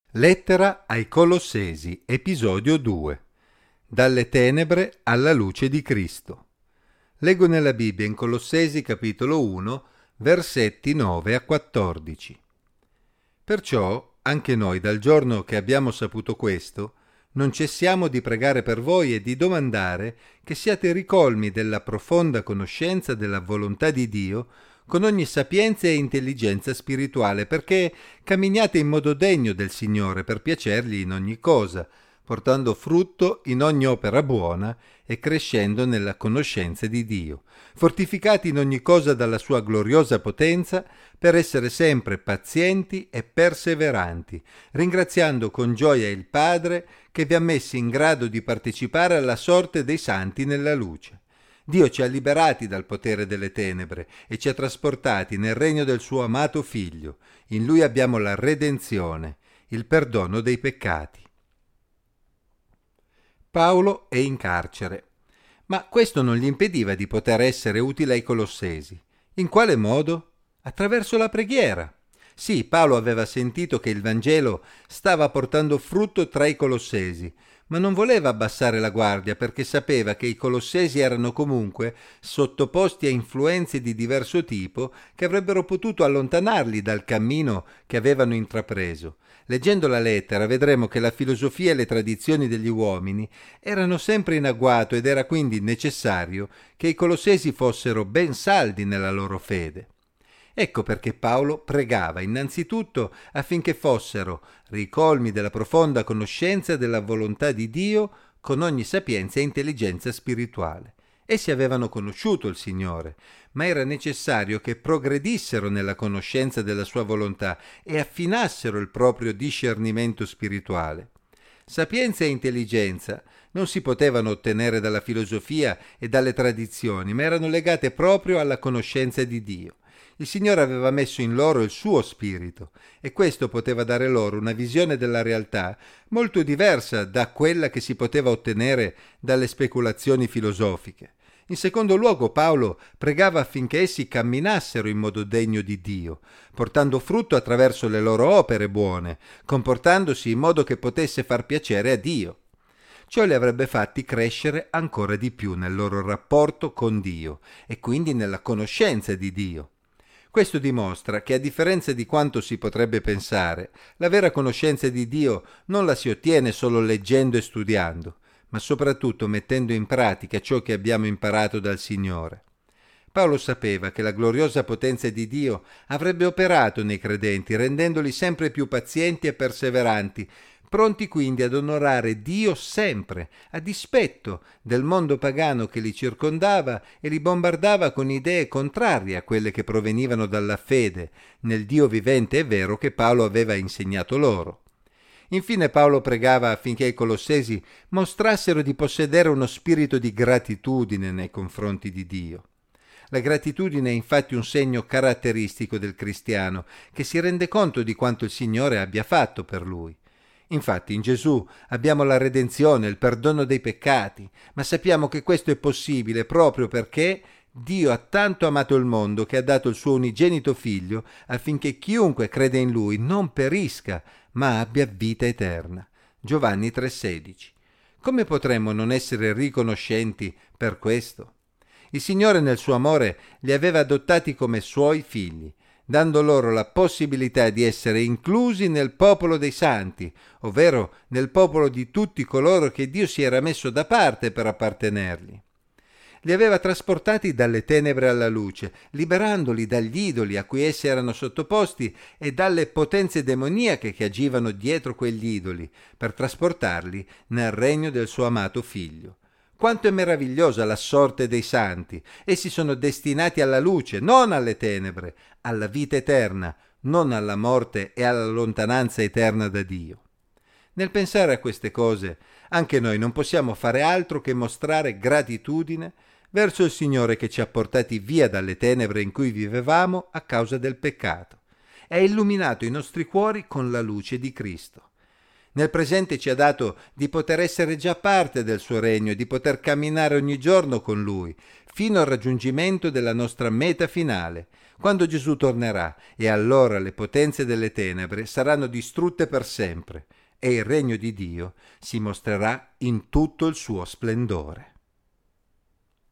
Lettera ai Colossesi, episodio 2. Dalle tenebre alla luce di Cristo. Leggo nella Bibbia in Colossesi capitolo 1, versetti 9 a 14. Perciò, anche noi, dal giorno che abbiamo saputo questo, non cessiamo di pregare per voi e di domandare che siate ricolmi della profonda conoscenza della volontà di Dio con ogni sapienza e intelligenza spirituale, perché camminiate in modo degno del Signore per piacergli in ogni cosa, portando frutto in ogni opera buona e crescendo nella conoscenza di Dio, fortificati in ogni cosa dalla sua gloriosa potenza, per essere sempre pazienti e perseveranti, ringraziando con gioia il Padre che vi ha messi in grado di partecipare alla sorte dei santi nella luce. Dio ci ha liberati dal potere delle tenebre e ci ha trasportati nel regno del suo amato Figlio. In Lui abbiamo la redenzione, il perdono dei peccati. Paolo è in carcere, ma questo non gli impediva di poter essere utile ai Colossesi. In quale modo? Attraverso la preghiera. Sì, Paolo aveva sentito che il Vangelo stava portando frutto tra i Colossesi, ma non voleva abbassare la guardia perché sapeva che i Colossesi erano comunque sottoposti a influenze di diverso tipo che avrebbero potuto allontanarli dal cammino che avevano intrapreso. Leggendo la lettera vedremo che la filosofia e le tradizioni degli uomini erano sempre in agguato ed era quindi necessario che i Colossesi fossero ben saldi nella loro fede. Ecco perché Paolo pregava innanzitutto affinché fossero ricolmi della profonda conoscenza della volontà di Dio con ogni sapienza e intelligenza spirituale. Essi avevano conosciuto il Signore, ma era necessario che progredissero nella conoscenza della sua volontà e affinassero il proprio discernimento spirituale. Sapienza e intelligenza non si potevano ottenere dalla filosofia e dalle tradizioni, ma erano legate proprio alla conoscenza di Dio. Il Signore aveva messo in loro il suo spirito e questo poteva dare loro una visione della realtà molto diversa da quella che si poteva ottenere dalle speculazioni filosofiche. In secondo luogo, Paolo pregava affinché essi camminassero in modo degno di Dio, portando frutto attraverso le loro opere buone, comportandosi in modo che potesse far piacere a Dio. Ciò li avrebbe fatti crescere ancora di più nel loro rapporto con Dio e quindi nella conoscenza di Dio. Questo dimostra che, a differenza di quanto si potrebbe pensare, la vera conoscenza di Dio non la si ottiene solo leggendo e studiando, ma soprattutto mettendo in pratica ciò che abbiamo imparato dal Signore. Paolo sapeva che la gloriosa potenza di Dio avrebbe operato nei credenti, rendendoli sempre più pazienti e perseveranti, pronti quindi ad onorare Dio sempre, a dispetto del mondo pagano che li circondava e li bombardava con idee contrarie a quelle che provenivano dalla fede nel Dio vivente e vero che Paolo aveva insegnato loro. Infine Paolo pregava affinché i Colossesi mostrassero di possedere uno spirito di gratitudine nei confronti di Dio. La gratitudine è infatti un segno caratteristico del cristiano che si rende conto di quanto il Signore abbia fatto per lui. Infatti in Gesù abbiamo la redenzione, il perdono dei peccati, ma sappiamo che questo è possibile proprio perché Dio ha tanto amato il mondo che ha dato il suo unigenito Figlio affinché chiunque crede in Lui non perisca, ma abbia vita eterna. Giovanni 3,16. Come potremmo non essere riconoscenti per questo? Il Signore nel suo amore li aveva adottati come suoi figli, dando loro la possibilità di essere inclusi nel popolo dei santi, ovvero nel popolo di tutti coloro che Dio si era messo da parte per appartenergli. Li aveva trasportati dalle tenebre alla luce, liberandoli dagli idoli a cui essi erano sottoposti e dalle potenze demoniache che agivano dietro quegli idoli, per trasportarli nel regno del suo amato Figlio. Quanto è meravigliosa la sorte dei santi! Essi sono destinati alla luce, non alle tenebre, alla vita eterna, non alla morte e alla lontananza eterna da Dio. Nel pensare a queste cose, anche noi non possiamo fare altro che mostrare gratitudine verso il Signore che ci ha portati via dalle tenebre in cui vivevamo a causa del peccato e ha illuminato i nostri cuori con la luce di Cristo. Nel presente ci ha dato di poter essere già parte del suo regno e di poter camminare ogni giorno con Lui, fino al raggiungimento della nostra meta finale, quando Gesù tornerà, e allora le potenze delle tenebre saranno distrutte per sempre e il regno di Dio si mostrerà in tutto il suo splendore.